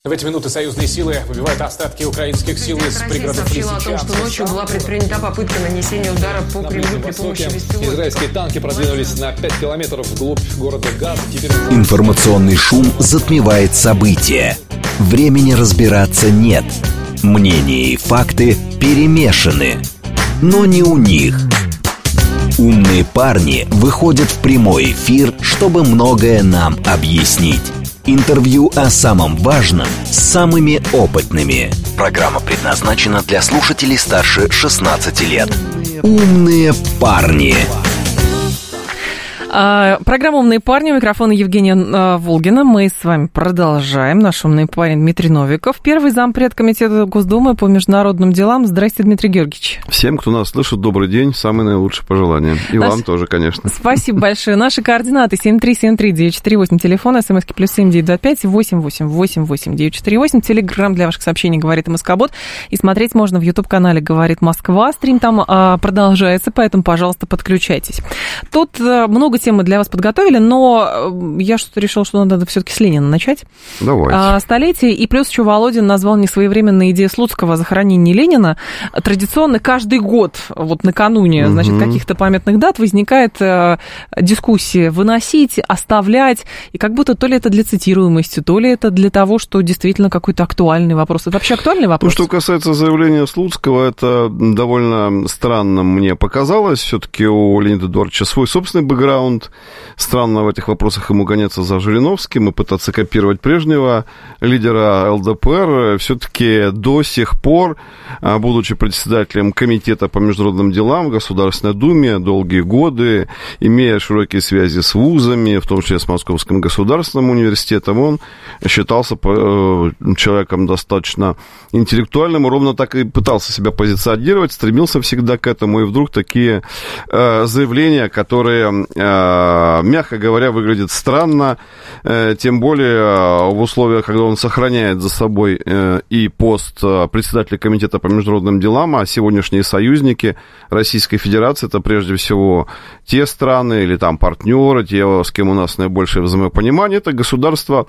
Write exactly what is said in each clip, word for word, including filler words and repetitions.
В эти минуты союзные силы выбивают остатки украинских сил из пригородов сообщила о том, что ночью была предпринята попытка нанесения удара по Кремлю при помощи беспилотников. Израильские танки продвинулись на пять километров вглубь города Газ. Теперь... Информационный шум затмевает события. Времени разбираться нет. Мнения и факты перемешаны. Но не у них. Умные парни выходят в прямой эфир, чтобы многое нам объяснить. Интервью о самом важном с самыми опытными. Программа предназначена для слушателей старше шестнадцати лет. Умные парни. А, программа «Умные парни». У микрофона Евгения а, Волгина. Мы с вами продолжаем. Наш умный парень Дмитрий Новиков, первый зампред комитета Госдумы по международным делам. Здрасте, Дмитрий Георгиевич. Всем, кто нас слышит, добрый день. Самые наилучшие пожелания. И Наш... вам тоже, конечно. Спасибо большое. Наши координаты семь три семь три девять четыре восемь, телефон, смски плюс семь девять два пять восемь восемь восемь восемь девять четыре восемь, телеграм для ваших сообщений «Говорит МСК-бот». И смотреть можно в YouTube-канале «Говорит Москва». Стрим там а, продолжается, поэтому, пожалуйста, подключайтесь. Тут а, много темы для вас подготовили, но я что-то решила, что надо все-таки с Ленина начать. Давайте. А, столетие. И плюс еще Володин назвал несвоевременной идею Слуцкого о захоронении Ленина. Традиционно каждый год, вот накануне, угу. значит, каких-то памятных дат возникает а, дискуссия выносить, оставлять. И как будто то ли это для цитируемости, то ли это для того, что действительно какой-то актуальный вопрос. Это вообще актуальный вопрос? Ну, что касается заявления Слуцкого, это довольно странно мне показалось. Все-таки у Леонида Эдуардовича свой собственный бэкграунд. Странно в этих вопросах ему гоняться за Жириновским и пытаться копировать прежнего лидера эл дэ пэ эр. Все-таки до сих пор, будучи председателем Комитета по международным делам в Государственной Думе долгие годы, имея широкие связи с вузами, в том числе с Московским государственным университетом, он считался человеком достаточно интеллектуальным, и ровно так и пытался себя позиционировать, стремился всегда к этому, и вдруг такие заявления, которые... мягко говоря, выглядит странно, тем более в условиях, когда он сохраняет за собой и пост председателя Комитета по международным делам, а сегодняшние союзники Российской Федерации, это прежде всего те страны или там партнеры, те, с кем у нас наибольшее взаимопонимание, это государства,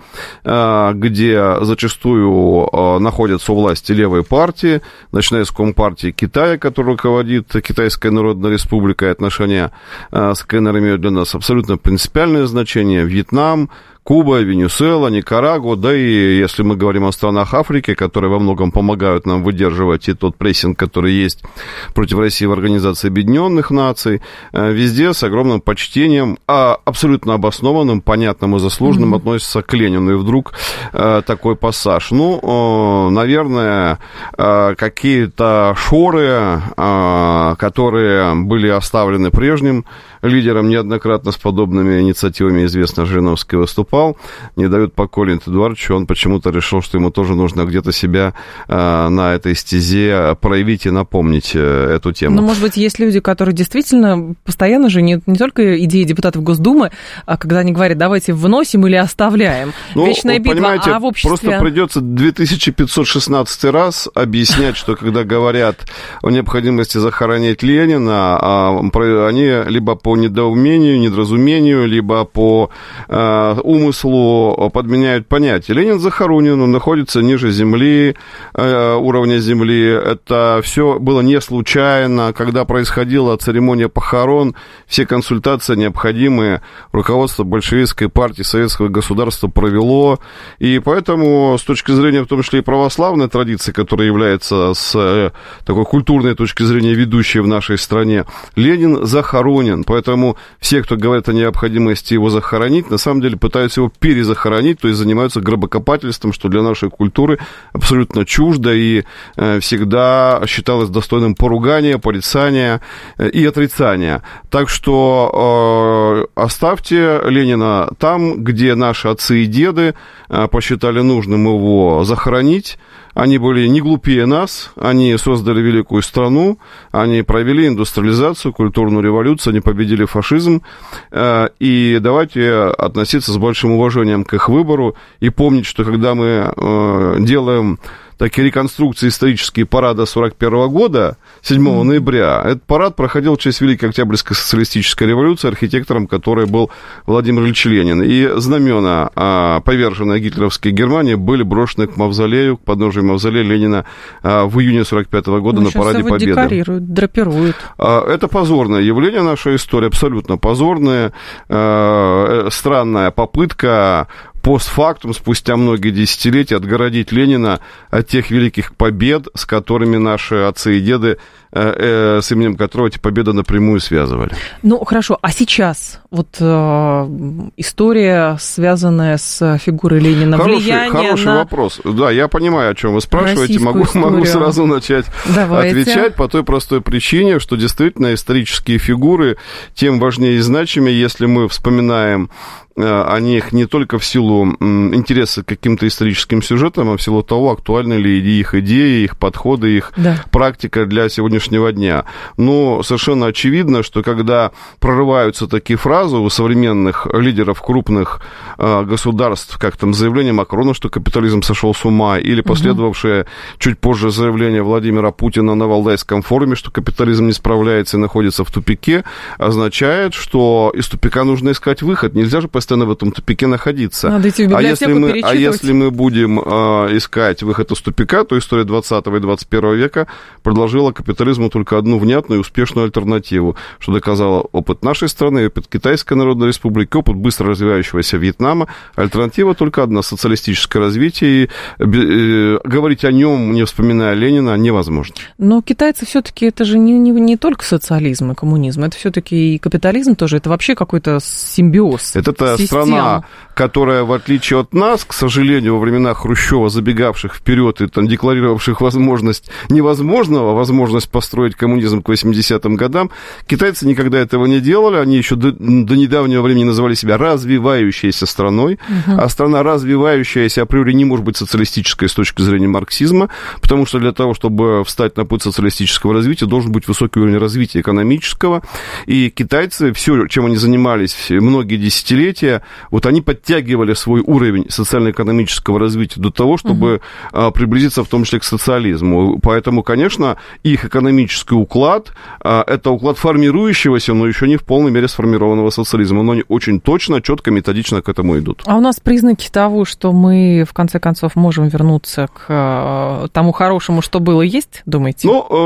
где зачастую находятся у власти левые партии, начиная с Компартии Китая, который руководит Китайская Народная Республика, и отношения с КНР имеют для нас абсолютно принципиальное значение. Вьетнам, Куба, Венесуэла, Никарагуа, да и если мы говорим о странах Африки, которые во многом помогают нам выдерживать и тот прессинг, который есть против России в Организации Объединенных Наций, везде с огромным почтением, а абсолютно обоснованным, понятным и заслуженным mm-hmm. относится к Ленину. И вдруг такой пассаж. Ну, наверное, какие-то шоры, которые были оставлены прежним лидером, неоднократно с подобными инициативами, известно, Жириновский выступал, не дают покоя Леониду Эдуардовичу. Он почему-то решил, что ему тоже нужно где-то себя э, на этой стезе проявить и напомнить э, эту тему. Ну, может быть, есть люди, которые действительно постоянно же, не, не только идеи депутатов Госдумы, а когда они говорят, давайте выносим или оставляем. Ну, вечная битва, понимаете, а в обществе... просто придется две тысячи пятьсот шестнадцатый раз объяснять, что когда говорят о необходимости захоронить Ленина, они либо по недоумению, недоразумению, либо по э, умыслу подменяют понятие. Ленин захоронен, он находится ниже земли, э, уровня земли. Это все было не случайно. Когда происходила церемония похорон, все консультации необходимые руководство большевистской партии советского государства провело. И поэтому, с точки зрения, в том числе и православной традиции, которая является с э, такой культурной точки зрения ведущей в нашей стране, Ленин захоронен. Поэтому все, кто говорит о необходимости его захоронить, на самом деле пытаются его перезахоронить, то есть занимаются гробокопательством, что для нашей культуры абсолютно чуждо и э, всегда считалось достойным поругания, порицания э, и отрицания. Так что э, оставьте Ленина там, где наши отцы и деды э, посчитали нужным его захоронить. Они были не глупее нас, они создали великую страну, они провели индустриализацию, культурную революцию, они победили фашизм, и давайте относиться с большим уважением к их выбору и помнить, что когда мы делаем такие реконструкции исторические парада сорок первого года, седьмого ноября. Этот парад проходил в честь Великой Октябрьской социалистической революции, архитектором которой был Владимир Ильич Ленин. И знамена, поверженные гитлеровской Германии, были брошены к мавзолею, к подножию мавзолея Ленина в июне сорок пятого года ну, на Параде его Победы. Декорируют, драпируют. Это позорное явление нашей истории, абсолютно позорное, странная попытка постфактум, спустя многие десятилетия, отгородить Ленина от тех великих побед, с которыми наши отцы и деды, э, э, с именем которого эти победы напрямую связывали. Ну, хорошо, а сейчас вот э, история, связанная с фигурой Ленина, хороший, влияние хороший на... вопрос. Да, я понимаю, о чем вы спрашиваете, могу, могу сразу начать Давайте. отвечать по той простой причине, что действительно исторические фигуры тем важнее и значимее, если мы вспоминаем о них не только в силу интереса к каким-то историческим сюжетам, а в силу того, актуальны ли их идеи, их подходы, их да. практика для сегодняшнего дня. Но совершенно очевидно, что когда прорываются такие фразы у современных лидеров крупных э, государств, как там заявление Макрона, что капитализм сошел с ума, или последовавшее угу. чуть позже заявление Владимира Путина на Валдайском форуме, что капитализм не справляется и находится в тупике, означает, что из тупика нужно искать выход. Нельзя же постоянно в этом тупике находиться. Надо идти в библиотеку, а, если мы, а если мы будем э, искать выход из тупика, то история двадцатого и двадцать первого века предложила капитализму только одну внятную и успешную альтернативу, что доказал опыт нашей страны, опыт Китайской Народной Республики, опыт быстро развивающегося Вьетнама. Альтернатива только одна — социалистическое развитие. И э, говорить о нем, не вспоминая Ленина, невозможно. Но китайцы все-таки это же не, не, не только социализм и коммунизм, это все-таки и капитализм тоже, это вообще какой-то симбиоз. Это страна, которая, в отличие от нас, к сожалению, во времена Хрущева, забегавших вперед и там, декларировавших возможность невозможного, возможность построить коммунизм к восьмидесятым годам, китайцы никогда этого не делали, они еще до, до недавнего времени называли себя развивающейся страной, угу. а страна развивающаяся априори не может быть социалистической с точки зрения марксизма, потому что для того, чтобы встать на путь социалистического развития, должен быть высокий уровень развития экономического, и китайцы, все, чем они занимались многие десятилетия, вот они подтягивали свой уровень социально-экономического развития до того, чтобы uh-huh. приблизиться в том числе к социализму. Поэтому, конечно, их экономический уклад – это уклад формирующегося, но еще не в полной мере сформированного социализма. Но они очень точно, четко, методично к этому идут. А у нас признаки того, что мы, в конце концов, можем вернуться к тому хорошему, что было, есть, думаете?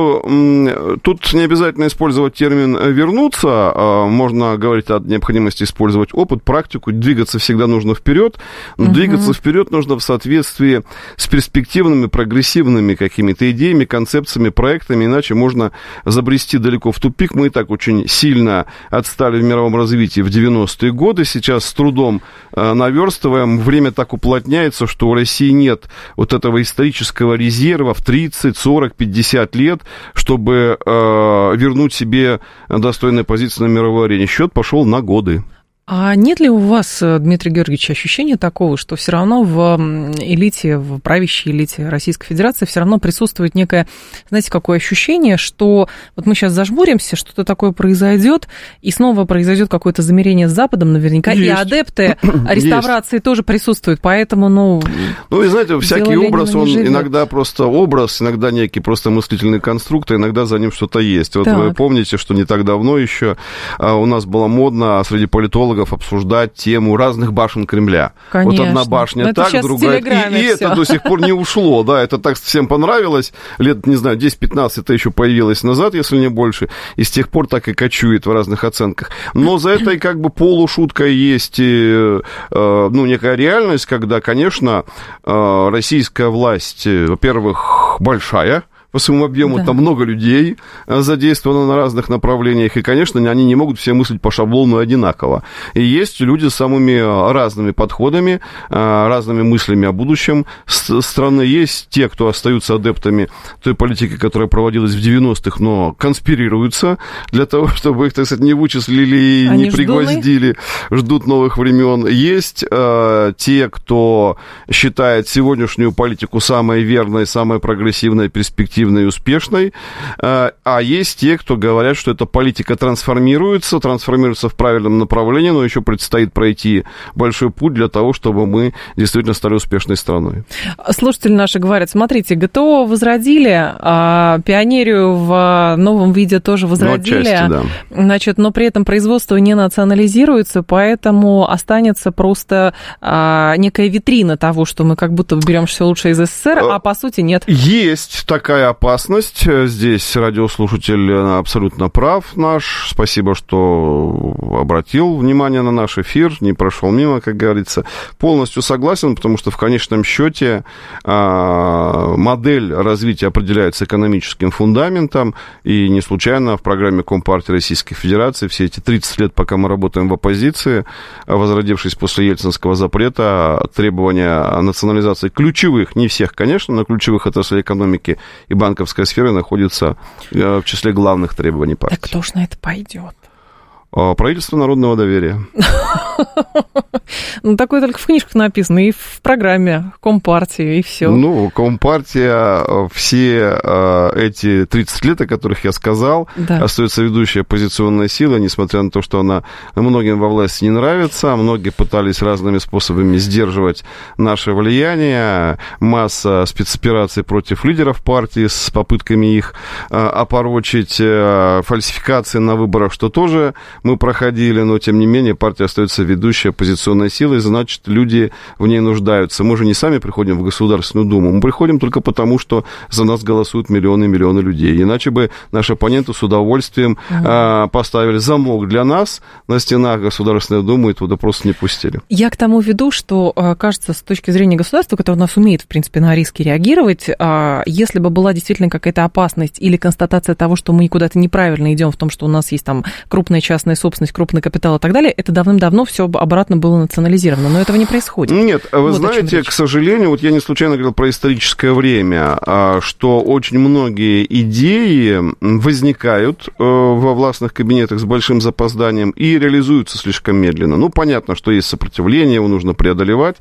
Ну, тут не обязательно использовать термин «вернуться». Можно говорить о необходимости использовать опыт, практику, двигаться всегда нужно вперед, но uh-huh. двигаться вперед нужно в соответствии с перспективными, прогрессивными какими-то идеями, концепциями, проектами, иначе можно забрести далеко в тупик. Мы и так очень сильно отстали в мировом развитии в девяностые годы, сейчас с трудом э, наверстываем, время так уплотняется, что у России нет вот этого исторического резерва в тридцать, сорок, пятьдесят лет, чтобы э, вернуть себе достойные позиции на мировой арене. Счет пошел на годы. А нет ли у вас, Дмитрий Георгиевич, ощущения такого, что все равно в элите, в правящей элите Российской Федерации все равно присутствует некое, знаете, какое ощущение, что вот мы сейчас зажмуримся, что-то такое произойдет, и снова произойдет какое-то замирение с Западом наверняка, есть. И адепты реставрации есть. Тоже присутствуют, поэтому, ну... Ну, и знаете, всякий образ, он иногда просто образ, иногда некий просто мыслительный конструкт, а иногда за ним что-то есть. Вот так. Вы помните, что не так давно еще у нас было модно среди политологов обсуждать тему разных башен Кремля. Конечно. Вот одна башня но так, другая... И, и это до сих пор не ушло, да, это так всем понравилось. Лет, не знаю, десять-пятнадцать это еще появилось назад, если не больше, и с тех пор так и кочует в разных оценках. Но за этой как бы полушуткой есть, э, э, ну, некая реальность, когда, конечно, э, российская власть, во-первых, большая, по своему объему, да. Там много людей задействовано на разных направлениях, и, конечно, они не могут все мыслить по шаблону одинаково. И есть люди с самыми разными подходами, разными мыслями о будущем страны. Есть те, кто остаются адептами той политики, которая проводилась в девяностых, но конспирируются для того, чтобы их, так сказать, не вычислили и они не пригвоздили, ждуны? Ждут новых времен. Есть э, те, кто считает сегодняшнюю политику самой верной, самой прогрессивной, перспективной, эффективной и успешной, а есть те, кто говорят, что эта политика трансформируется, трансформируется в правильном направлении, но еще предстоит пройти большой путь для того, чтобы мы действительно стали успешной страной. Слушатели наши говорят, смотрите, ГТО возродили, а пионерию в новом виде тоже возродили, ну, отчасти, да. Значит, но при этом производство не национализируется, поэтому останется просто а, некая витрина того, что мы как будто берем все лучшее из СССР, а по сути нет. Есть такая опасность. Здесь радиослушатель абсолютно прав наш. Спасибо, что обратил внимание на наш эфир, не прошел мимо, как говорится. Полностью согласен, потому что в конечном счете модель развития определяется экономическим фундаментом, и не случайно в программе Компартии Российской Федерации все эти тридцать лет, пока мы работаем в оппозиции, возродившись после ельцинского запрета, требования национализации ключевых, не всех, конечно, но ключевых отраслей экономики и банковской сферы находятся в числе главных требований партии. Так кто ж на это пойдет? Правительство народного доверия. Ну, такое только в книжках написано, и в программе Компартии, и все. Ну, Компартия все эти тридцать лет, о которых я сказал, да. остается ведущей оппозиционной силой, несмотря на то, что она многим во власти не нравится, многие пытались разными способами сдерживать наше влияние, масса спецопераций против лидеров партии с попытками их опорочить, фальсификации на выборах, что тоже мы проходили, но, тем не менее, партия остается ведущей оппозиционной силой, значит, люди в ней нуждаются. Мы же не сами приходим в Государственную Думу, мы приходим только потому, что за нас голосуют миллионы и миллионы людей. Иначе бы наши оппоненты с удовольствием угу. а, поставили замок для нас на стенах Государственной Думы и туда просто не пустили. Я к тому веду, что, кажется, с точки зрения государства, которое у нас умеет, в принципе, на риски реагировать, если бы была действительно какая-то опасность или констатация того, что мы куда-то неправильно идем в том, что у нас есть там крупная частная собственность, крупный капитал и так далее, это давным-давно все обратно было национализировано, но этого не происходит. Нет, вы вот знаете, к сожалению, вот я не случайно говорил про историческое время, что очень многие идеи возникают во властных кабинетах с большим запозданием и реализуются слишком медленно. Ну, понятно, что есть сопротивление, его нужно преодолевать,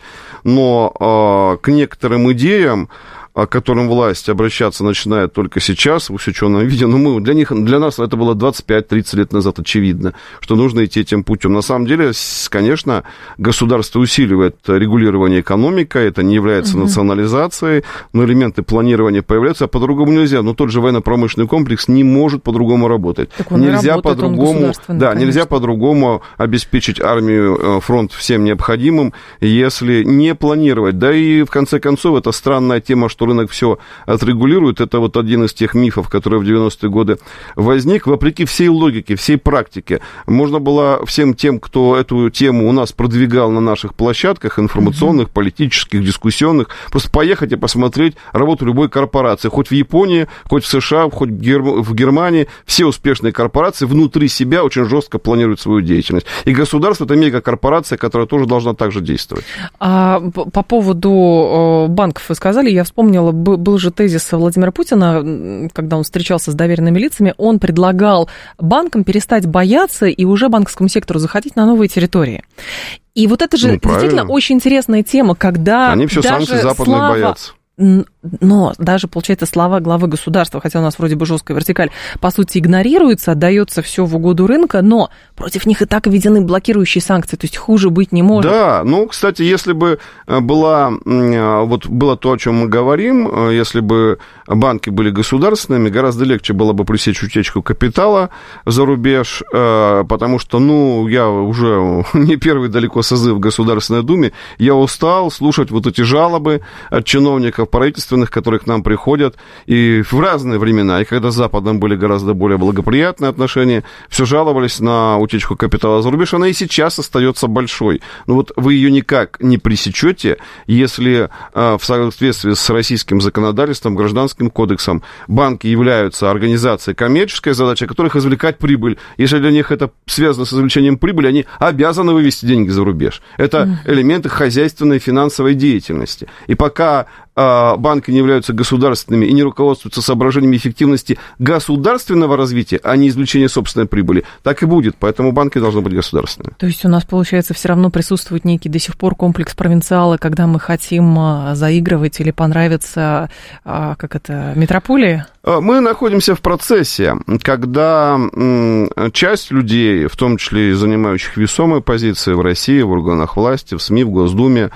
но к некоторым идеям, к которым власть обращаться начинает только сейчас, в усеченном виде, но мы, для них, для нас это было двадцать пять тридцать лет назад очевидно, что нужно идти этим путем. На самом деле, конечно, государство усиливает регулирование экономики, это не является угу. национализацией, но элементы планирования появляются, а по-другому нельзя. Но тот же военно-промышленный комплекс не может по-другому работать. Нельзя по-другому, да, нельзя по-другому обеспечить армию, фронт всем необходимым, если не планировать. Да и, в конце концов, это странная тема, что рынок все отрегулирует. Это вот один из тех мифов, который в девяностые годы возник. Вопреки всей логике, всей практике, можно было всем тем, кто эту тему у нас продвигал на наших площадках информационных, политических, дискуссионных, просто поехать и посмотреть работу любой корпорации. Хоть в Японии, хоть в США, хоть в Германии. Все успешные корпорации внутри себя очень жестко планируют свою деятельность. И государство – это мегакорпорация, которая тоже должна так же действовать. А по поводу банков вы сказали, я вспомнила, был же тезис Владимира Путина, когда он встречался с доверенными лицами, он предлагал банкам перестать бояться и уже банковскому сектору заходить на новые территории. И вот это же ну, действительно очень интересная тема, когда они все даже санкции западных слава... боятся. Но даже, получается, слова главы государства, хотя у нас вроде бы жесткая вертикаль, по сути, игнорируется, отдается все в угоду рынка, но против них и так введены блокирующие санкции, то есть хуже быть не может. Да, ну, кстати, если бы была, вот было то, о чем мы говорим, если бы банки были государственными, гораздо легче было бы пресечь утечку капитала за рубеж, потому что, ну, я уже не первый далеко созыв в Государственной Думе, я устал слушать вот эти жалобы от чиновников правительственных, которые к нам приходят, и в разные времена, и когда с Западом были гораздо более благоприятные отношения, все жаловались на утечку капитала за рубеж, она и сейчас остается большой. Но вот вы ее никак не пресечете, если в соответствии с российским законодательством, гражданским кодексом, банки являются организацией коммерческой, задачей которых извлекать прибыль. Если для них это связано с извлечением прибыли, они обязаны вывести деньги за рубеж. Это элементы хозяйственной финансовой деятельности. И пока банки не являются государственными и не руководствуются соображениями эффективности государственного развития, а не извлечения собственной прибыли, так и будет. Поэтому банки должны быть государственными. То есть у нас, получается, все равно присутствует некий до сих пор комплекс провинциала, когда мы хотим заигрывать или понравиться, как это, метрополии? Мы находимся в процессе, когда часть людей, в том числе и занимающих весомые позиции в России, в органах власти, в СМИ, в Госдуме,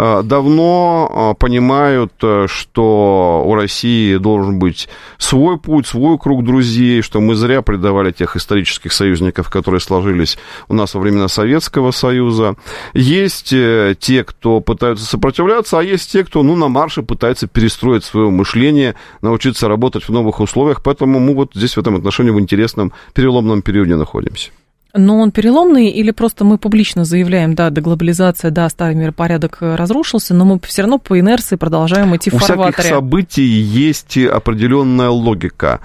давно понимают, что у России должен быть свой путь, свой круг друзей, что мы зря предавали тех исторических союзников, которые сложились у нас во времена Советского Союза. Есть те, кто пытаются сопротивляться, а есть те, кто ну, на марше пытается перестроить свое мышление, научиться работать в новых условиях, поэтому мы вот здесь в этом отношении в интересном переломном периоде находимся. Но он переломный или просто мы публично заявляем, да, деглобализация, да, старый миропорядок разрушился, но мы все равно по инерции продолжаем идти в фарватере? У всяких событий есть определенная логика.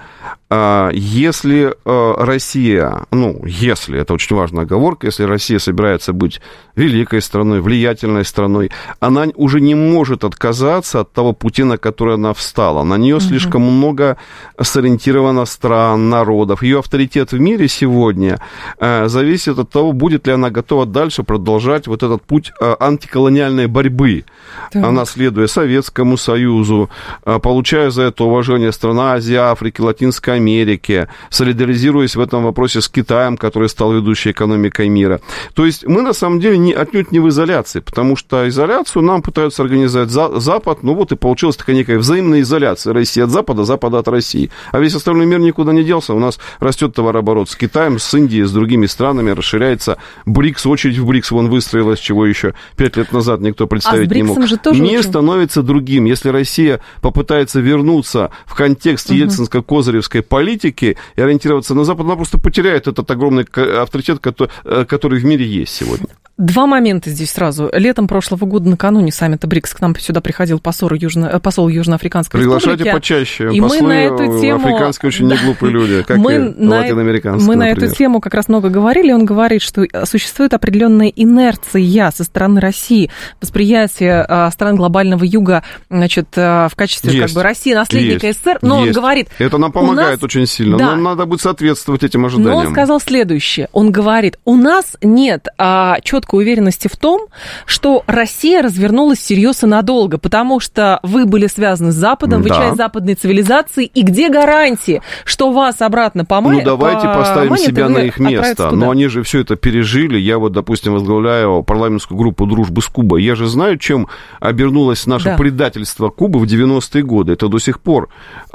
Если Россия, ну, если, это очень важная оговорка, если Россия собирается быть великой страной, влиятельной страной, она уже не может отказаться от того пути, на который она встала. На нее угу. слишком много сориентировано стран, народов. Ее авторитет в мире сегодня зависит от того, будет ли она готова дальше продолжать вот этот путь антиколониальной борьбы, так. наследуя Советскому Союзу, получая за это уважение стран Азии, Африки, Латинской Америки, солидаризируясь в этом вопросе с Китаем, который стал ведущей экономикой мира. То есть мы, на самом деле, не, отнюдь не в изоляции, потому что изоляцию нам пытаются организовать за, Запад, ну вот и получилась такая некая взаимная изоляция России от Запада, Запада от России. А весь остальной мир никуда не делся. У нас растет товарооборот с Китаем, с Индией, с другими странами, расширяется БРИКС, очередь в БРИКС вон выстроилась, чего еще пять лет назад никто представить а не мог. Мир очень... становится другим. Если Россия попытается вернуться в контекст угу. ельцинско-козыревской политики и ориентироваться на Запад, она просто потеряет этот огромный авторитет, который в мире есть сегодня. Два момента здесь сразу. Летом прошлого года, накануне саммита БРИКС, к нам сюда приходил посол, Южно... посол Южноафриканской Приглашайте республики. Почаще. И Послы мы на эту тему... африканские очень неглупые люди, как мы и на... латиноамериканские, Мы например. на эту тему как раз много говорили. Он говорит, что существует определенная инерция со стороны России, восприятие а, стран глобального юга, значит, а, в качестве есть, как бы России, наследника есть, СССР. Но есть. Он говорит... Это нам помогает нас... очень сильно. Да. Нам надо будет соответствовать этим ожиданиям. Но он сказал следующее. Он говорит, у нас нет а, четкой уверенности в том, что Россия развернулась всерьез и надолго, потому что вы были связаны с Западом, вы да. часть западной цивилизации, и где гарантии, что вас обратно поманят? Ну, давайте по... поставим себя на их место. Но они же все это пережили. Я вот, допустим, возглавляю парламентскую группу дружбы с Кубой. Я же знаю, чем обернулось наше да. предательство Кубы в девяностые годы. Это до сих пор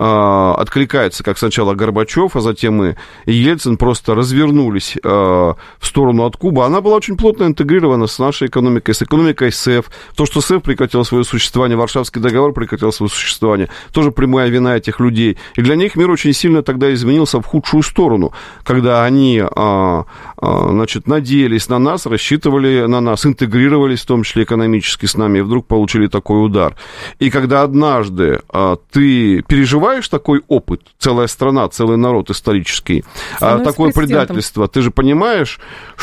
э, откликается, как сначала Горбачев, а затем и Ельцин просто развернулись э, в сторону от Кубы. Она была очень плотно интегрирована с нашей экономикой, с экономикой СЭФ. То, что СЭФ прекратил свое существование, Варшавский договор прекратил свое существование, тоже прямая вина этих людей. И для них мир очень сильно тогда изменился в худшую сторону, когда они, а, а, значит, надеялись на нас, рассчитывали на нас, интегрировались, в том числе экономически с нами, и вдруг получили такой удар. И когда однажды а, ты переживаешь такой опыт, целая страна, целый народ исторический, а, такое предательство, ты же понимаешь,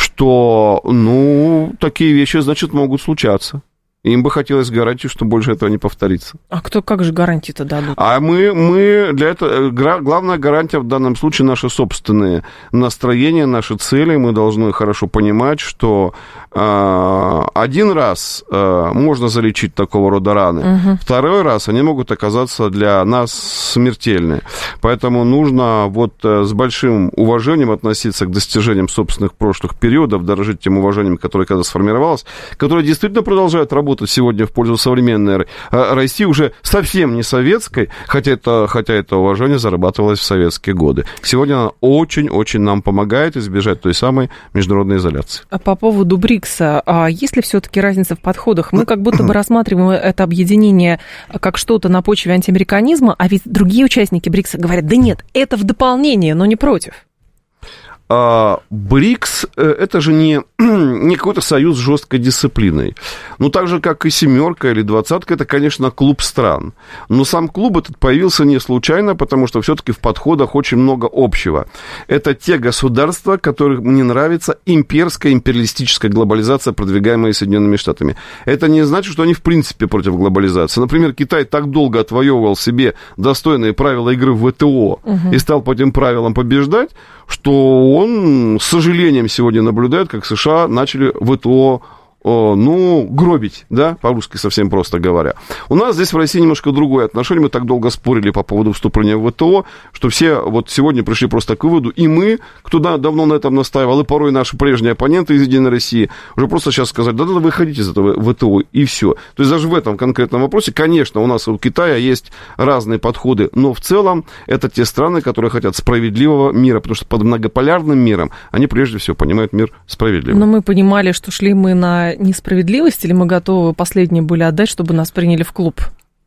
что, ну, такие вещи, значит, могут случаться. Им бы хотелось гарантии, что больше этого не повторится. А кто, как же гарантии-то дадут? А мы, мы для этого... Главная гарантия в данном случае наши собственные настроения, наши цели. Мы должны хорошо понимать, что э, один раз э, можно залечить такого рода раны, угу. второй раз они могут оказаться для нас смертельны. Поэтому нужно вот с большим уважением относиться к достижениям собственных прошлых периодов, дорожить тем уважением, которое когда сформировалось, которое действительно продолжает работать сегодня в пользу современной России, уже совсем не советской, хотя это, хотя это уважение зарабатывалось в советские годы. Сегодня она очень-очень нам помогает избежать той самой международной изоляции. А по поводу БРИКСа, а есть ли все-таки разница в подходах? Мы как будто бы рассматриваем это объединение как что-то на почве антиамериканизма, а ведь другие участники БРИКСа говорят, да нет, это в дополнение, но не против. БРИКС – это же не, не какой-то союз с жесткой дисциплиной. Ну, так же, как и семерка или двадцатка, это, конечно, клуб стран. Но сам клуб этот появился не случайно, потому что все-таки в подходах очень много общего. Это те государства, которым не нравится имперская, империалистическая глобализация, продвигаемая Соединенными Штатами. Это не значит, что они в принципе против глобализации. Например, Китай так долго отвоевывал себе достойные правила игры в ВТО угу. и стал по этим правилам побеждать, что он с сожалением сегодня наблюдает, как США начали ВТО ну, гробить, да, по-русски совсем просто говоря. У нас здесь в России немножко другое отношение. Мы так долго спорили по поводу вступления в ВТО, что все вот сегодня пришли просто к выводу, и мы, кто давно на этом настаивал, и порой наши прежние оппоненты из «Единой России», уже просто сейчас сказать, да-да, выходите из этого ВТО, и все. То есть даже в этом конкретном вопросе, конечно, у нас и у Китая есть разные подходы, но в целом это те страны, которые хотят справедливого мира, потому что под многополярным миром они прежде всего понимают мир справедливым. Но мы понимали, что шли мы на несправедливость, или мы готовы последние были отдать, чтобы нас приняли в клуб?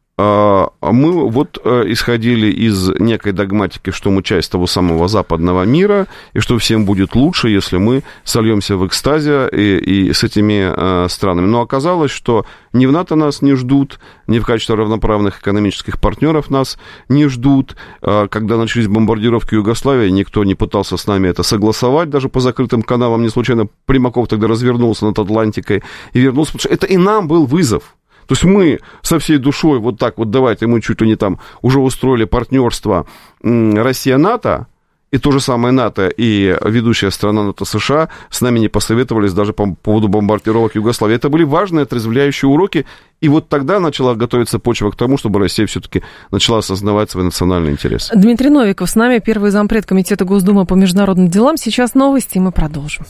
Мы вот исходили из некой догматики, что мы часть того самого западного мира, и что всем будет лучше, если мы сольемся в экстазе и, и с этими странами. Но оказалось, что ни в НАТО нас не ждут, ни в качестве равноправных экономических партнеров нас не ждут. Когда начались бомбардировки Югославии, никто не пытался с нами это согласовать, даже по закрытым каналам. Не случайно Примаков тогда развернулся над Атлантикой и вернулся, потому что это и нам был вызов. То есть мы со всей душой вот так вот давайте, мы чуть ли не там уже устроили партнерство Россия-НАТО, и то же самое НАТО и ведущая страна НАТО США с нами не посоветовались даже по поводу бомбардировок Югославии. Это были важные отрезвляющие уроки, и вот тогда начала готовиться почва к тому, чтобы Россия все-таки начала осознавать свои национальные интересы. Дмитрий Новиков с нами, первый зампред Комитета Госдумы по международным делам. Сейчас новости, и мы продолжим.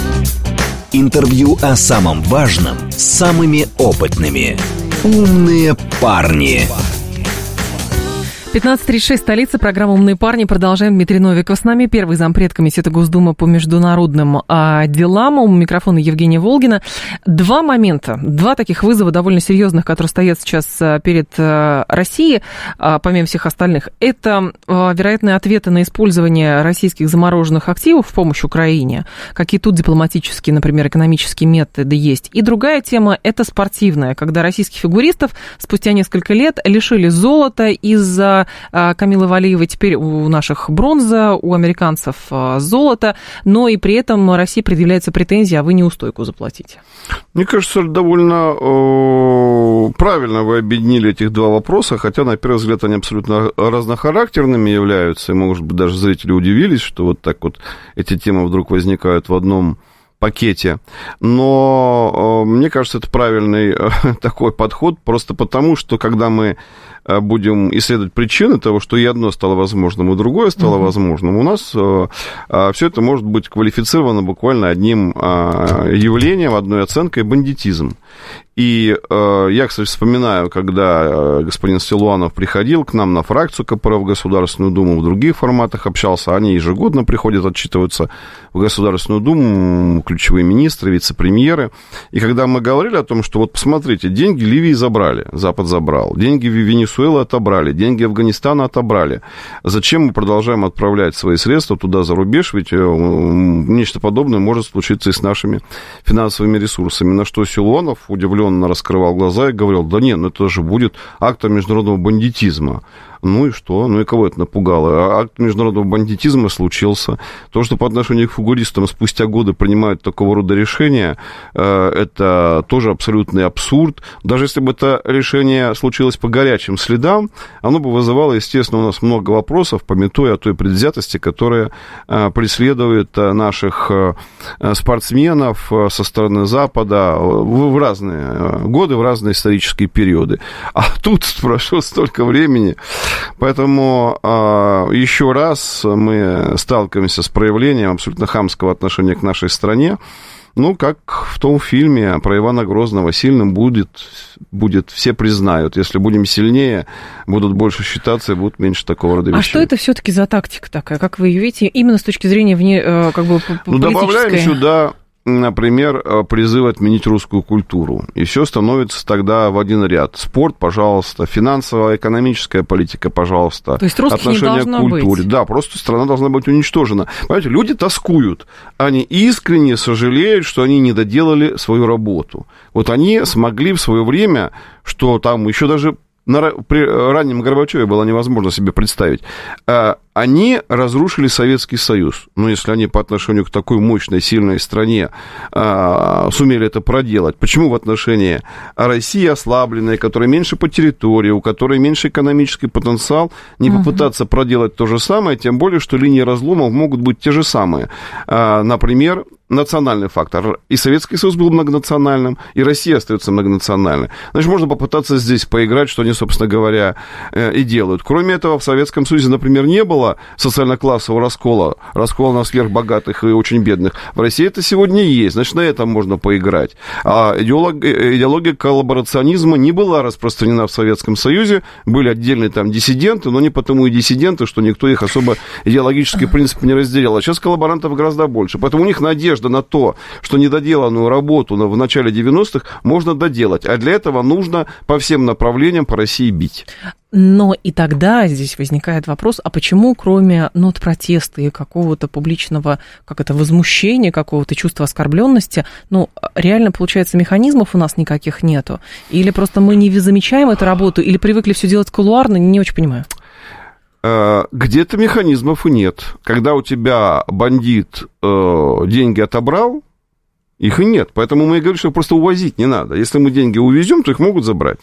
Интервью о самом важном с самыми опытными. «Умные парни». пятнадцать тридцать шесть, столица, программа «Умные парни». Продолжаем. Дмитрий Новиков с нами, первый зампред Комитета Госдумы по международным а, делам. У микрофона Евгения Волгина. Два момента, два таких вызова довольно серьезных, которые стоят сейчас перед а, Россией, а, помимо всех остальных. Это а, вероятные ответы на использование российских замороженных активов в помощь Украине. Какие тут дипломатические, например, экономические методы есть. И другая тема – это спортивная, когда российских фигуристов спустя несколько лет лишили золота из-за Камилы Валиевой, теперь у наших бронза, у американцев золото, но и при этом России предъявляется претензия, а вы неустойку заплатите. Мне кажется, довольно э, правильно вы объединили этих два вопроса, хотя, на первый взгляд, они абсолютно разнохарактерными являются, и, может быть, даже зрители удивились, что вот так вот эти темы вдруг возникают в одном пакете. Но э, мне кажется, это правильный э, такой подход, просто потому, что когда мы будем исследовать причины того, что и одно стало возможным, и другое стало mm-hmm. возможным, у нас э, э, все это может быть квалифицировано буквально одним э, явлением, одной оценкой — бандитизм. И э, я, кстати, вспоминаю, когда э, господин Силуанов приходил к нам на фракцию ка пэ эр в Государственную Думу, в других форматах общался, они ежегодно приходят, отчитываются в Государственную Думу, ключевые министры, вице-премьеры. И когда мы говорили о том, что вот посмотрите, деньги Ливии забрали, Запад забрал, деньги Венесуэлы отобрали, деньги Афганистана отобрали, зачем мы продолжаем отправлять свои средства туда за рубеж, ведь э, нечто подобное может случиться и с нашими финансовыми ресурсами. На что Силуанов удивленно раскрывал глаза и говорил: да нет, ну это же будет актом международного бандитизма. Ну и что? Ну и кого это напугало? Акт международного бандитизма случился. То, что по отношению к фигуристам спустя годы принимают такого рода решения, это тоже абсолютный абсурд. Даже если бы это решение случилось по горячим следам, оно бы вызывало, естественно, у нас много вопросов, памятуя о той предвзятости, которая преследует наших спортсменов со стороны Запада в разные годы, в разные исторические периоды. А тут прошло столько времени. Поэтому э, еще раз мы сталкиваемся с проявлением абсолютно хамского отношения к нашей стране. Ну, как в том фильме про Ивана Грозного: сильным будет, будет, все признают. Если будем сильнее, будут больше считаться и будут меньше такого рода вещей. А что это все-таки за тактика такая? Как вы ее видите, именно с точки зрения вне, как бы, политической? Ну, добавляем сюда, например, призыв отменить русскую культуру. И все становится тогда в один ряд. Спорт, пожалуйста, финансовая, экономическая политика, пожалуйста. То есть русских отношение не должно к культуре. быть. Да, просто страна должна быть уничтожена. Понимаете, люди тоскуют. Они искренне сожалеют, что они не доделали свою работу. Вот они смогли в свое время, что там еще даже на, при раннем Горбачеве было невозможно себе представить, Они разрушили Советский Союз. Ну, если они по отношению к такой мощной, сильной стране а, сумели это проделать, почему в отношении России ослабленной, которая меньше по территории, у которой меньше экономический потенциал, не uh-huh. попытаться проделать то же самое, тем более, что линии разломов могут быть те же самые. А, например, национальный фактор. И Советский Союз был многонациональным, и Россия остается многонациональной. Значит, можно попытаться здесь поиграть, что они, собственно говоря, и делают. Кроме этого, в Советском Союзе, например, не было социально-классового раскола, раскола на сверхбогатых и очень бедных. В России это сегодня есть, значит, на этом можно поиграть. А идеолог, идеология коллаборационизма не была распространена в Советском Союзе, были отдельные там диссиденты, но не потому и диссиденты, что никто их особо идеологический принцип не разделял. А сейчас коллаборантов гораздо больше, поэтому у них надежда на то, что недоделанную работу в начале девяностых можно доделать, а для этого нужно по всем направлениям по России бить. Но и тогда здесь возникает вопрос, а почему кроме нот протеста и какого-то публичного, как это, возмущения, какого-то чувства оскорбленности, ну, реально, получается, механизмов у нас никаких нету? Или просто мы не замечаем эту работу, или привыкли все делать кулуарно, не очень понимаю. Где-то механизмов и нет. Когда у тебя бандит э, деньги отобрал, их и нет. Поэтому мы и говорим, что просто увозить не надо. Если мы деньги увезем, то их могут забрать.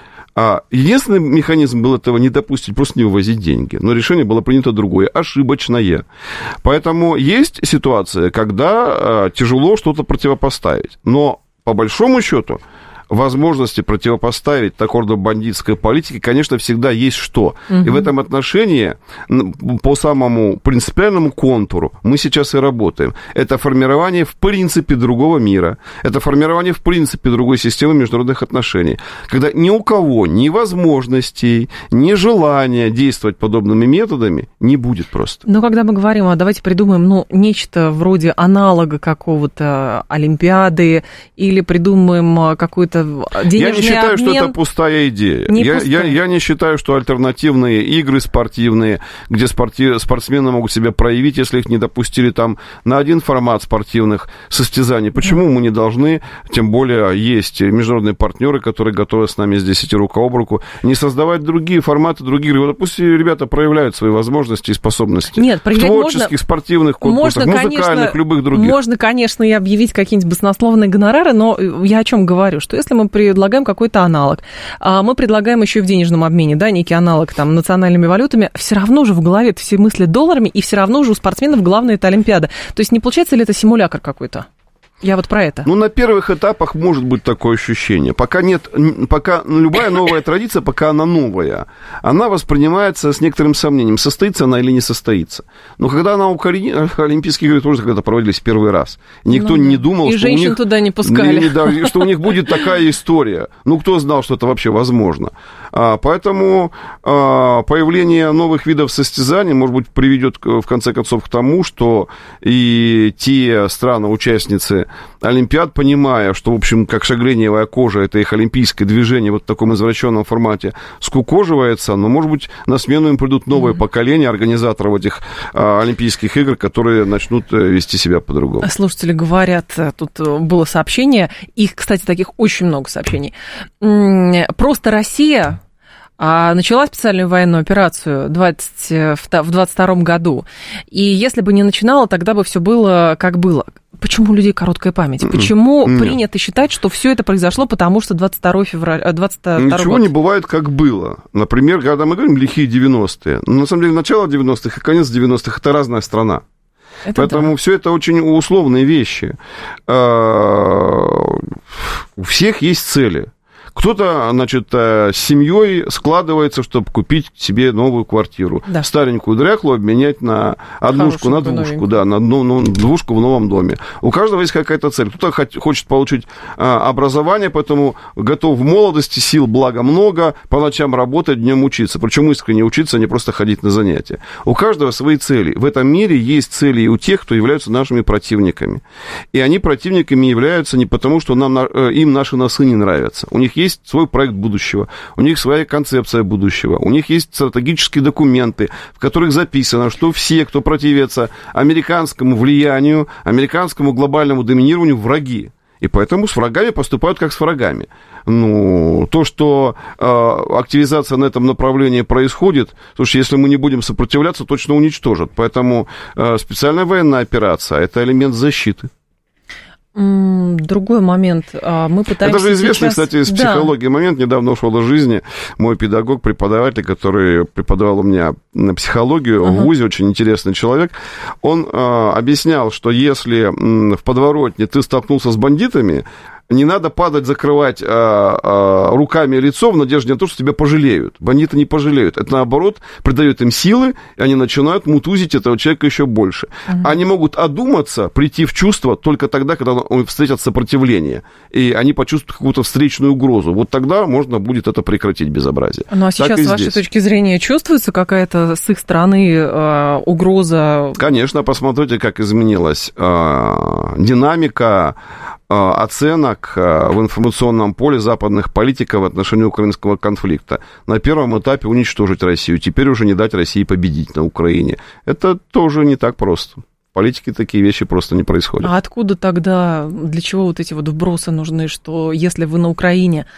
А единственный механизм был этого не допустить, просто не увозить деньги. Но решение было принято другое, ошибочное. Поэтому есть ситуация, когда э, тяжело что-то противопоставить. Но по большому счету возможности противопоставить такой рода бандитской политике, конечно, всегда есть что. Угу. И в этом отношении по самому принципиальному контуру мы сейчас и работаем. Это формирование в принципе другого мира, это формирование в принципе другой системы международных отношений, когда ни у кого ни возможностей, ни желания действовать подобными методами не будет просто. Но когда мы говорим, а давайте придумаем, ну, нечто вроде аналога какого-то Олимпиады или придумаем какой-то денежный Я не считаю, обмен. что это пустая идея. Не я, пустая. Я, я не считаю, что альтернативные игры спортивные, где спорти... спортсмены могут себя проявить, если их не допустили там на один формат спортивных состязаний. Почему да. мы не должны, тем более есть международные партнеры, которые готовы с нами здесь идти рука об руку, не создавать другие форматы, другие игры. Вот пусть ребята проявляют свои возможности и способности. Нет, в творческих, можно, спортивных конкурсах, можно, музыкальных, конечно, любых других. Можно, конечно, и объявить какие-нибудь баснословные гонорары, но я о чем говорю, что если мы предлагаем какой-то аналог, мы предлагаем еще и в денежном обмене, да, некий аналог там национальными валютами, все равно же в голове все мыслят долларами, и все равно же у спортсменов главное это Олимпиада. То есть не получается ли это симулятор какой-то? Я вот про это. Ну, на первых этапах может быть такое ощущение. Пока нет, пока любая новая традиция, пока она новая, она воспринимается с некоторым сомнением, состоится она или не состоится. Но когда она у Олимпийских игр тоже когда проводились первый раз, никто ну, не думал, и что женщин у них, туда не пускали. Не, да, что у них будет такая история. Ну, кто знал, что это вообще возможно? А, поэтому а, появление новых видов состязаний, может быть, приведет в конце концов к тому, что и те страны-участницы Олимпиад, понимая, что, в общем, как шагреневая кожа, это их олимпийское движение вот в таком извращенном формате скукоживается, но, может быть, на смену им придут новые mm-hmm. поколения организаторов этих а, Олимпийских игр, которые начнут вести себя по-другому. Слушатели говорят, тут было сообщение, их, кстати, таких очень много сообщений. Просто Россия начала специальную военную операцию в двадцать втором году, и если бы не начинала, тогда бы все было как было. Почему у людей короткая память? Почему Нет. принято считать, что все это произошло, потому что двадцать второго февраля, двадцать второго Ничего год? Не бывает, как было. Например, когда мы говорим лихие девяностые, ну, на самом деле, начало девяностых и конец девяностых – это разная страна. Это Поэтому да. все это очень условные вещи. У всех есть цели. Кто-то, значит, с семьей складывается, чтобы купить себе новую квартиру. Да. Старенькую дряхлую обменять на однушку, на двушку, да, на одну, ну, двушку в новом доме. У каждого есть какая-то цель. Кто-то хочет получить а, образование, поэтому готов в молодости, сил, блага много, по ночам работать, днем учиться. Причем искренне учиться, а не просто ходить на занятия. У каждого свои цели. В этом мире есть цели и у тех, кто являются нашими противниками. И они противниками являются не потому, что нам, им наши носы не нравятся. У них есть есть свой проект будущего, у них своя концепция будущего, у них есть стратегические документы, в которых записано, что все, кто противится американскому влиянию, американскому глобальному доминированию, враги. И поэтому с врагами поступают как с врагами. Ну, то, что э, активизация на этом направлении происходит, слушай, если мы не будем сопротивляться, точно уничтожат. Поэтому э, специальная военная операция – это элемент защиты. Другой момент. Мы пытаемся Это же известный, сейчас... кстати, из психологии да. момент. Недавно ушел из жизни мой педагог, преподаватель, который преподавал у меня психологию uh-huh. в ВУЗе, очень интересный человек. Он э, объяснял, что если в подворотне ты столкнулся с бандитами, не надо падать, закрывать а, а, руками лицо в надежде на то, что тебя пожалеют. Бандиты не пожалеют. Это, наоборот, придает им силы, и они начинают мутузить этого человека еще больше. Uh-huh. Они могут одуматься, прийти в чувство только тогда, когда встретят сопротивление, и они почувствуют какую-то встречную угрозу. Вот тогда можно будет это прекратить, безобразие. Ну, а сейчас, с вашей точки зрения, чувствуется какая-то с их стороны э, угроза? Конечно, посмотрите, как изменилась э, динамика оценок в информационном поле западных политиков в отношении украинского конфликта. На первом этапе уничтожить Россию, теперь уже не дать России победить на Украине. Это тоже не так просто. В политике такие вещи просто не происходят. А откуда тогда, для чего вот эти вот вбросы нужны, что если вы на Украине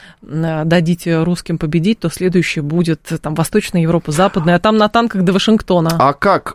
дадите русским победить, то следующее будет там Восточная Европа, Западная, а там на танках до Вашингтона? А как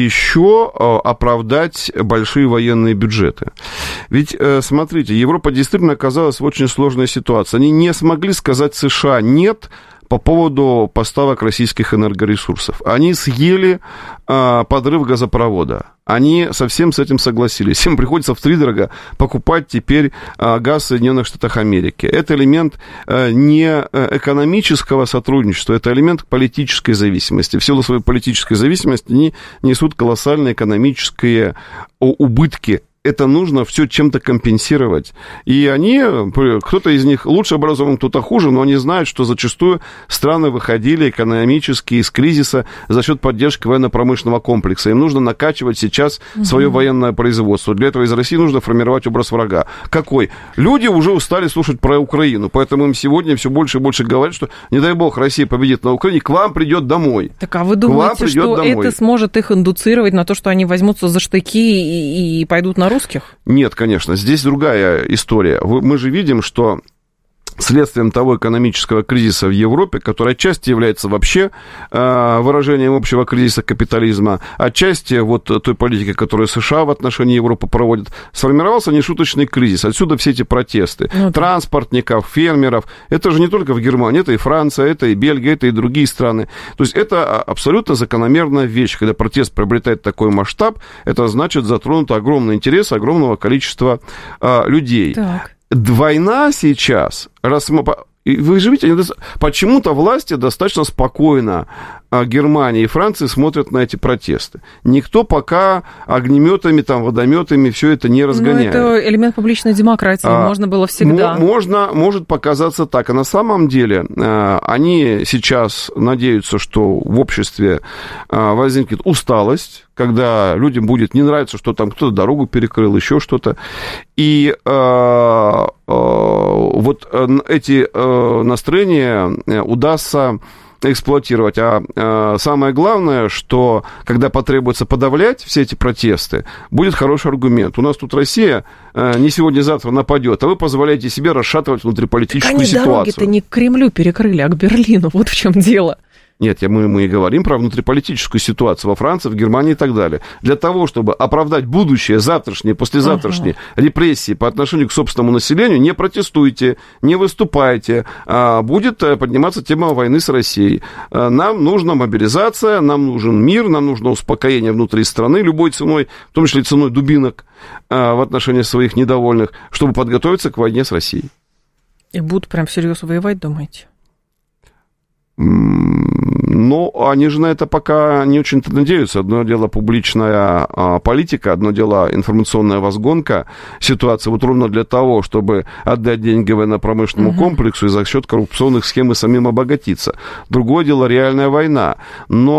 еще оправдать большие военные бюджеты? Ведь, смотрите, Европа действительно оказалась в очень сложной ситуации. Они не смогли сказать США «нет» по поводу поставок российских энергоресурсов. Они съели а, подрыв газопровода. Они совсем с этим согласились. Им приходится втридорога покупать теперь а, газ в Соединенных Штатах Америки. Это элемент а, не экономического сотрудничества, это элемент политической зависимости. В силу своей политической зависимости они несут колоссальные экономические убытки. Это нужно все чем-то компенсировать. И они, кто-то из них лучше образован, кто-то хуже, но они знают, что зачастую страны выходили экономически из кризиса за счет поддержки военно-промышленного комплекса. Им нужно накачивать сейчас угу. свое военное производство. Для этого из России нужно формировать образ врага. Какой? Люди уже устали слушать про Украину, поэтому им сегодня все больше и больше говорят, что, не дай бог, Россия победит на Украине, к вам придет домой. Так а вы думаете, что домой. Это сможет их индуцировать на то, что они возьмутся за штыки и, и пойдут на русских? Нет, конечно, здесь другая история. Мы же видим, что следствием того экономического кризиса в Европе, который отчасти является вообще выражением общего кризиса капитализма, отчасти вот той политики, которую США в отношении Европы проводят, сформировался нешуточный кризис. Отсюда все эти протесты. Ну, да. Транспортников, фермеров. Это же не только в Германии, это и Франция, это и Бельгия, это и другие страны. То есть это абсолютно закономерная вещь. Когда протест приобретает такой масштаб, это значит затронут огромный интерес огромного количества а, людей. Так. Война сейчас, раз мы... Вы же видите, почему-то власти достаточно спокойно Германии и Франции смотрят на эти протесты. Никто пока огнеметами, там, водометами все это не разгоняет. Ну, это элемент публичной демократии, а, можно было всегда. Можно, может показаться так. А на самом деле они сейчас надеются, что в обществе возникнет усталость, когда людям будет не нравиться, что там кто-то дорогу перекрыл, еще что-то. И э, э, вот эти э, настроения удастся эксплуатировать. А э, самое главное, что когда потребуется подавлять все эти протесты, будет хороший аргумент. У нас тут Россия э, не сегодня-завтра нападет, а вы позволяете себе расшатывать внутриполитическую так они ситуацию. Дороги-то не к Кремлю перекрыли, а к Берлину. Вот в чем дело. Нет, мы, мы и говорим про внутриполитическую ситуацию во Франции, в Германии и так далее. Для того, чтобы оправдать будущее, завтрашнее, послезавтрашнее ага. репрессии по отношению к собственному населению, не протестуйте, не выступайте. А будет подниматься тема войны с Россией. Нам нужна мобилизация, нам нужен мир, нам нужно успокоение внутри страны любой ценой, в том числе ценой дубинок в отношении своих недовольных, чтобы подготовиться к войне с Россией. И будут прям всерьез воевать, думаете? Но они же на это пока не очень-то надеются. Одно дело публичная а, политика, одно дело информационная возгонка ситуации. Вот ровно для того, чтобы отдать деньги военно-промышленному угу. комплексу и за счет коррупционных схем и самим обогатиться. Другое дело реальная война. Но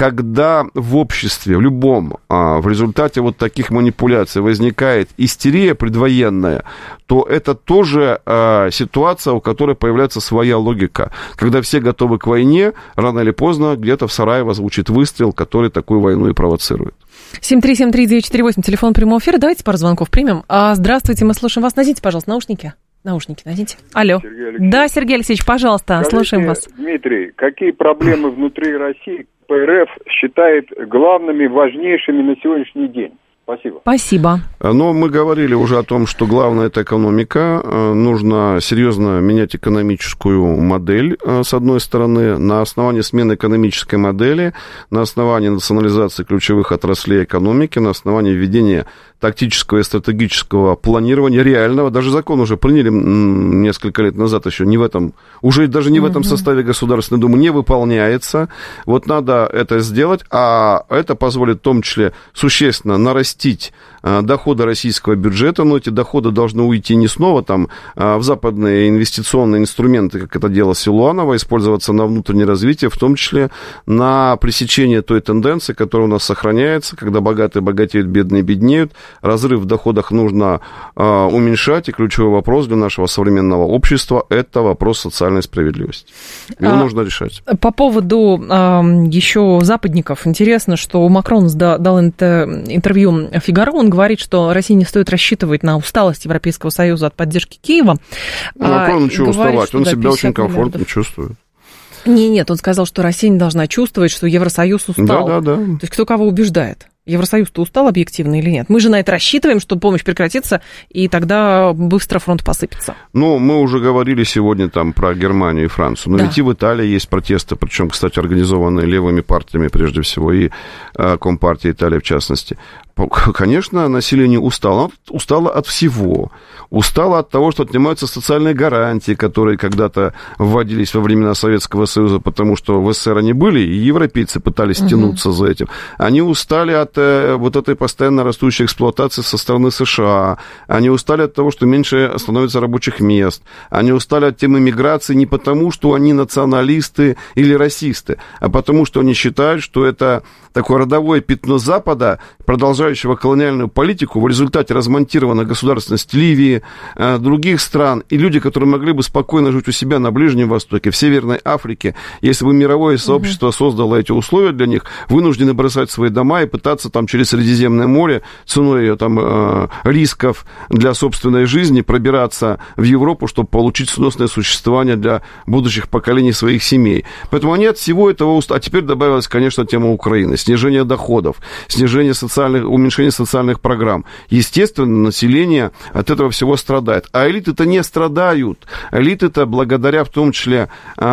когда в обществе, в любом, в результате вот таких манипуляций возникает истерия предвоенная, то это тоже ситуация, у которой появляется своя логика. Когда все готовы к войне, рано или поздно где-то в Сараево звучит выстрел, который такую войну и провоцирует. семь три семь три девять четыре восемь, телефон прямого эфира. Давайте пару звонков примем. А, здравствуйте, мы слушаем вас. Наденьте, пожалуйста, наушники. Наушники наденьте. Алло. Сергей да, Сергей Алексеевич, пожалуйста, Скажите, слушаем вас. Дмитрий, какие проблемы внутри России ПРФ считает главными, важнейшими на сегодняшний день? Спасибо. Спасибо. Но мы говорили уже о том, что главное – это экономика. Нужно серьезно менять экономическую модель, с одной стороны. На основании смены экономической модели, на основании национализации ключевых отраслей экономики, на основании введения тактического и стратегического планирования реального. Даже закон уже приняли несколько лет назад, еще не в этом, уже даже не в этом составе Государственной Думы, не выполняется. Вот надо это сделать, а это позволит в том числе существенно нарастить доходы российского бюджета, но эти доходы должны уйти не снова там в западные инвестиционные инструменты, как это делала Силуанова, использоваться на внутреннее развитие, в том числе на пресечение той тенденции, которая у нас сохраняется, когда богатые богатеют, бедные беднеют. Разрыв в доходах нужно уменьшать, и ключевой вопрос для нашего современного общества – это вопрос социальной справедливости. Его а, нужно решать. По поводу а, еще западников, интересно, что Макрон дал интервью «Фигаро», он говорит, что России не стоит рассчитывать на усталость Европейского Союза от поддержки Киева. Ну, Макрон, ничего уставать, он себя очень комфортно миллиардов. Чувствует. Не, нет, он сказал, что Россия не должна чувствовать, что Евросоюз устал. Да, да, да. То есть кто кого убеждает? Евросоюз-то устал объективно или нет? Мы же на это рассчитываем, что помощь прекратится, и тогда быстро фронт посыпется. Ну, мы уже говорили сегодня там про Германию и Францию. Но да. Ведь и в Италии есть протесты, причем, кстати, организованные левыми партиями, прежде всего, и э, Компартией Италии в частности. Конечно, население устало. Устало от всего. Устало от того, что отнимаются социальные гарантии, которые когда-то вводились во времена Советского Союза, потому что в СССР они были, и европейцы пытались угу. тянуться за этим. Они устали от э, вот этой постоянно растущей эксплуатации со стороны США. Они устали от того, что меньше становится рабочих мест. Они устали от темы миграции не потому, что они националисты или расисты, а потому, что они считают, что это такое родовое пятно Запада, продолжающего колониальную политику, в результате размонтирована государственность Ливии, э, других стран, и люди, которые могли бы спокойно жить у себя на Ближнем Востоке, в Северной Африке, если бы мировое сообщество угу. создало эти условия для них, вынуждены бросать свои дома и пытаться там через Средиземное море ценой там, э, рисков для собственной жизни пробираться в Европу, чтобы получить сносное существование для будущих поколений своих семей. Поэтому они от всего этого устали. А теперь добавилась, конечно, тема Украины. Снижение доходов, снижение социальных, уменьшение социальных программ. Естественно, население от этого всего страдает. А элиты-то не страдают. Элиты-то, благодаря в том числе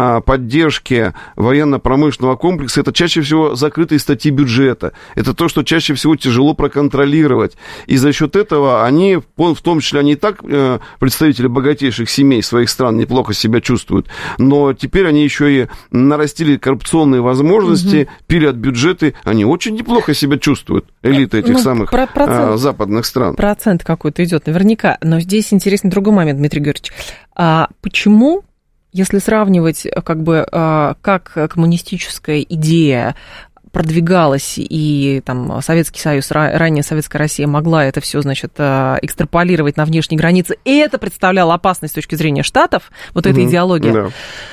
поддержке военно-промышленного комплекса, это чаще всего закрытые статьи бюджета. Это то, что чаще всего тяжело проконтролировать. И за счет этого они, в том числе, они и так, представители богатейших семей своих стран, неплохо себя чувствуют. Но теперь они еще и нарастили коррупционные возможности, угу. пилят бюджеты. Они очень неплохо себя чувствуют, элиты этих ну, самых про процент, а, западных стран. Процент какой-то идет наверняка. Но здесь интересный другой момент, Дмитрий Георгиевич. А почему, если сравнивать, как бы, как коммунистическая идея продвигалась, и там Советский Союз, ранее Советская Россия могла это все, значит, экстраполировать на внешние границы, и это представляло опасность с точки зрения Штатов, вот эта угу, идеология, да.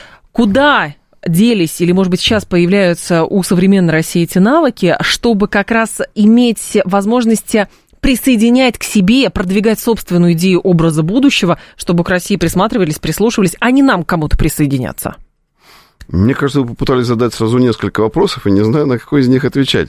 Куда делись, или, может быть, сейчас появляются у современной России эти навыки, чтобы как раз иметь возможности присоединять к себе, продвигать собственную идею образа будущего, чтобы к России присматривались, прислушивались, а не нам к кому-то присоединяться? Мне кажется, вы попытались задать сразу несколько вопросов, и не знаю, на какой из них отвечать.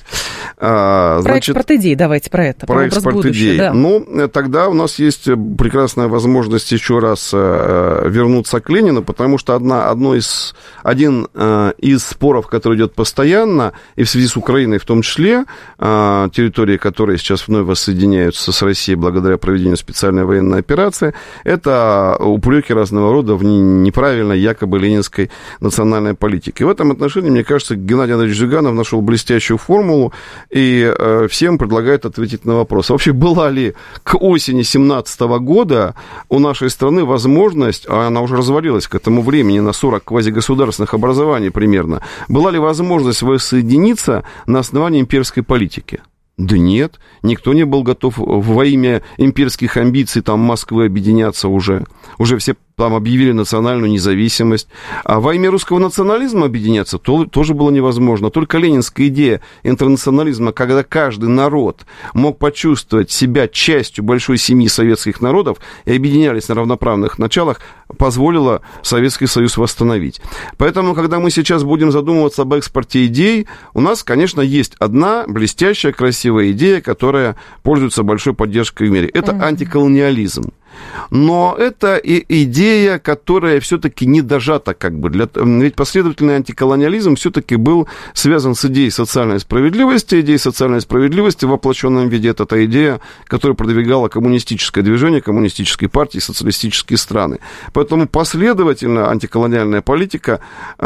А, про значит, экспорт идей, давайте про это. Про, про экспорт идей. Да. Ну, тогда у нас есть прекрасная возможность еще раз вернуться к Ленину, потому что одна, одно из, один из споров, который идет постоянно, и в связи с Украиной в том числе, территории, которые сейчас вновь воссоединяются с Россией благодаря проведению специальной военной операции, это упреки разного рода в неправильной, якобы ленинской национальной антиколониальной политики. В этом отношении, мне кажется, Геннадий Андреевич Зюганов нашел блестящую формулу и э, всем предлагает ответить на вопрос. Вообще, была ли к осени семнадцатого года у нашей страны возможность, а она уже развалилась к этому времени на сорок квазигосударственных образований примерно, была ли возможность воссоединиться на основании имперской политики? Да нет, никто не был готов во имя имперских амбиций там Москвы объединяться уже. Уже все там объявили национальную независимость. А во имя русского национализма объединяться то, тоже было невозможно. Только ленинская идея интернационализма, когда каждый народ мог почувствовать себя частью большой семьи советских народов и объединялись на равноправных началах, позволила Советский Союз восстановить. Поэтому, когда мы сейчас будем задумываться об экспорте идей, у нас, конечно, есть одна блестящая, красивая идея, которая пользуется большой поддержкой в мире. Это mm-hmm. антиколониализм. Но это и идея, которая все-таки не дожата, как бы. Для... Ведь последовательный антиколониализм все-таки был связан с идеей социальной справедливости. Идея социальной справедливости в воплощенном виде — это та идея, которую продвигало коммунистическое движение, коммунистические партии, социалистические страны. Поэтому последовательно антиколониальная политика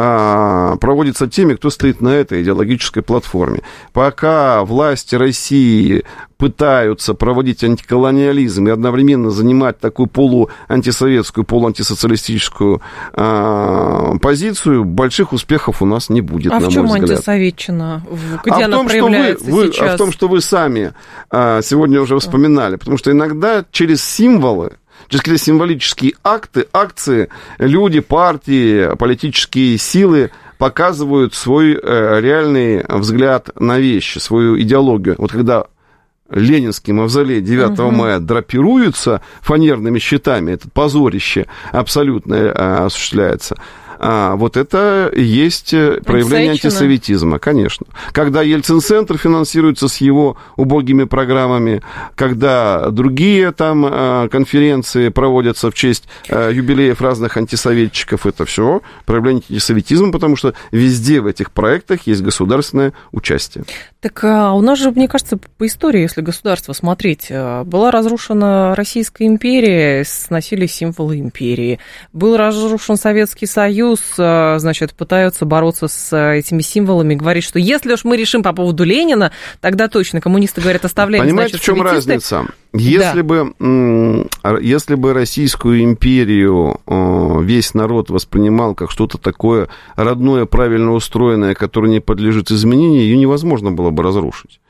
а, проводится теми, кто стоит на этой идеологической платформе. Пока власти России пытаются проводить антиколониализм и одновременно занимать такую полуантисоветскую, полуантисоциалистическую э, позицию, больших успехов у нас не будет, а на мой взгляд. А в чем антисоветчина? Где а она в том, проявляется что вы, вы, сейчас? А в том, что вы сами э, сегодня уже вспоминали, потому что иногда через символы, через какие-то символические акты, акции, люди, партии, политические силы показывают свой э, реальный взгляд на вещи, свою идеологию. Вот когда Ленинский мавзолей девятого угу. мая драпируется фанерными щитами, это позорище абсолютно а, осуществляется. А, вот это и есть проявление антисоветизма, конечно. Когда Ельцин-центр финансируется с его убогими программами, когда другие там конференции проводятся в честь юбилеев разных антисоветчиков, это все проявление антисоветизма, потому что везде в этих проектах есть государственное участие. Так а у нас же, мне кажется, по истории, если государство смотреть, была разрушена Российская империя, сносились символы империи, был разрушен Советский Союз, значит, пытаются бороться с этими символами, говорить, что если уж мы решим по поводу Ленина, тогда точно коммунисты говорят, оставляем, понимаете, значит, в чем советисты. разница? Если, да. бы, если бы Российскую империю весь народ воспринимал как что-то такое родное, правильно устроенное, которое не подлежит изменению, ее невозможно было бы разрушить.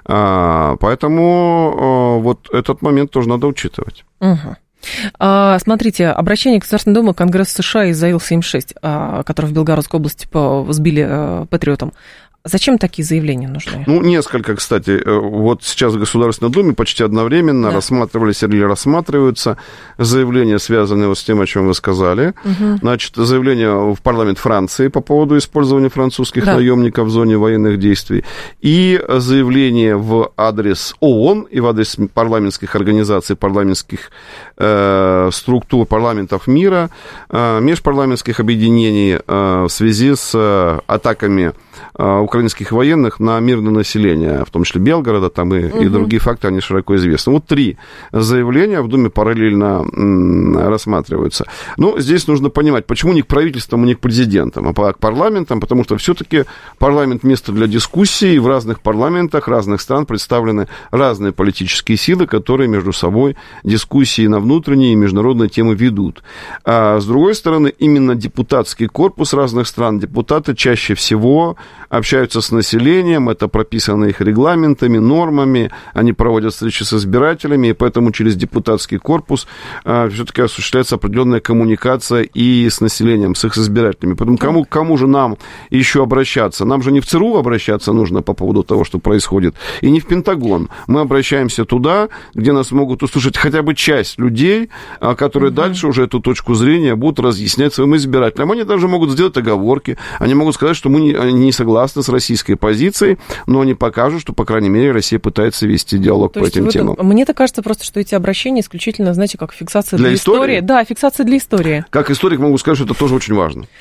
Поэтому вот этот момент тоже надо учитывать. Угу. Смотрите, обращение Государственной Думы Конгресса США из-за Ил семьдесят шесть, который в Белгородской области сбили патриотом. Зачем такие заявления нужны? Ну, несколько, кстати. Вот сейчас в Государственной Думе почти одновременно да. рассматривались или рассматриваются заявления, связанные вот с тем, о чем вы сказали. Угу. Значит, заявление в парламент Франции по поводу использования французских да. наемников в зоне военных действий. И заявление в адрес ООН и в адрес парламентских организаций, парламентских э, структур, парламентов мира, э, межпарламентских объединений э, в связи с э, атаками э, украинских военных на мирное население, в том числе Белгорода, там и, угу. и другие факты, они широко известны. Вот три заявления в Думе параллельно рассматриваются. Но здесь нужно понимать, почему не к правительствам и не к президентам, а к парламентам, потому что все-таки парламент — место для дискуссий, и в разных парламентах разных стран представлены разные политические силы, которые между собой дискуссии на внутренние и международные темы ведут. А с другой стороны, именно депутатский корпус разных стран, депутаты чаще всего общаются с населением, это прописано их регламентами, нормами, они проводят встречи с избирателями, и поэтому через депутатский корпус а, все-таки осуществляется определенная коммуникация и с населением, с их избирателями. Поэтому кому, кому же нам еще обращаться? Нам же не в ЦРУ обращаться нужно по поводу того, что происходит, и не в Пентагон. Мы обращаемся туда, где нас могут услышать хотя бы часть людей, которые угу. дальше уже эту точку зрения будут разъяснять своим избирателям. Они даже могут сделать оговорки, они могут сказать, что мы не, не согласны с российской позицией, но они покажут, что, по крайней мере, Россия пытается вести диалог То по этим темам. Мне-то кажется просто, что эти обращения исключительно, знаете, как фиксация для, для истории? истории. Да, фиксация для истории. Как историк могу сказать, что это тоже очень важно. Нет,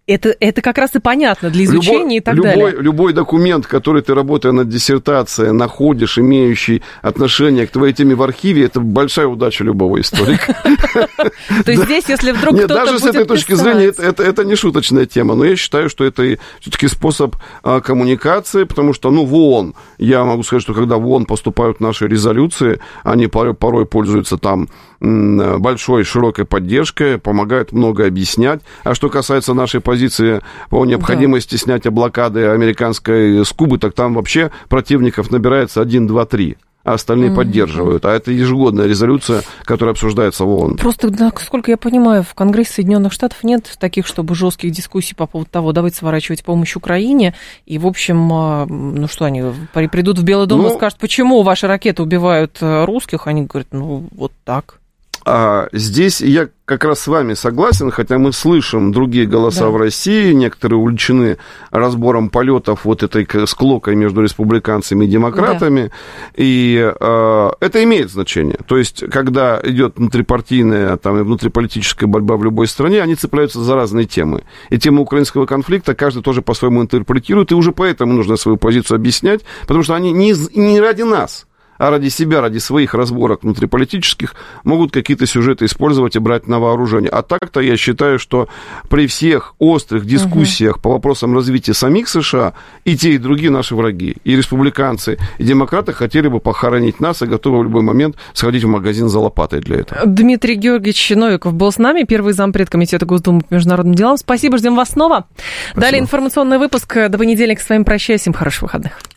Это, это как раз и понятно для изучения любой, и так любой, далее. Любой документ, который ты, работая над диссертацией, находишь, имеющий отношение к твоей теме в архиве, это большая удача любого историка. То есть здесь, если вдруг кто-то будет даже с этой точки зрения, это не шуточная тема, но я считаю, что это все-таки способ коммуникации, потому что, ну, в ООН, я могу сказать, что когда в ООН поступают наши резолюции, они порой пользуются там большой, широкой поддержкой, помогают много объяснять. А что касается нашей позиции по необходимости да. снятия блокады американской с Кубы, так там вообще противников набирается один, два, три. А остальные mm-hmm. поддерживают. А это ежегодная резолюция, которая обсуждается в ООН. Просто, насколько я понимаю, в Конгрессе Соединенных Штатов нет таких, чтобы жестких дискуссий по поводу того, давайте сворачивать помощь Украине. И, в общем, ну что, они придут в Белый дом ну, и скажут, почему ваши ракеты убивают русских? Они говорят, ну, вот так. А здесь я как раз с вами согласен, хотя мы слышим другие голоса да. в России, некоторые увлечены разбором полетов вот этой склокой между республиканцами и демократами, да. и э, это имеет значение. То есть, когда идет внутрипартийная там, и внутриполитическая борьба в любой стране, они цепляются за разные темы. И тему украинского конфликта каждый тоже по-своему интерпретирует, и уже поэтому нужно свою позицию объяснять, потому что они не, не ради нас, а ради себя, ради своих разборок внутриполитических могут какие-то сюжеты использовать и брать на вооружение. А так-то я считаю, что при всех острых дискуссиях угу. по вопросам развития самих США и те, и другие наши враги, и республиканцы, и демократы хотели бы похоронить нас и готовы в любой момент сходить в магазин за лопатой для этого. Дмитрий Георгиевич Новиков был с нами, первый зампред Комитета Госдумы по международным делам. Спасибо, ждем вас снова. Спасибо. Далее информационный выпуск. До понедельника с вами прощаюсь. Всем хороших выходных.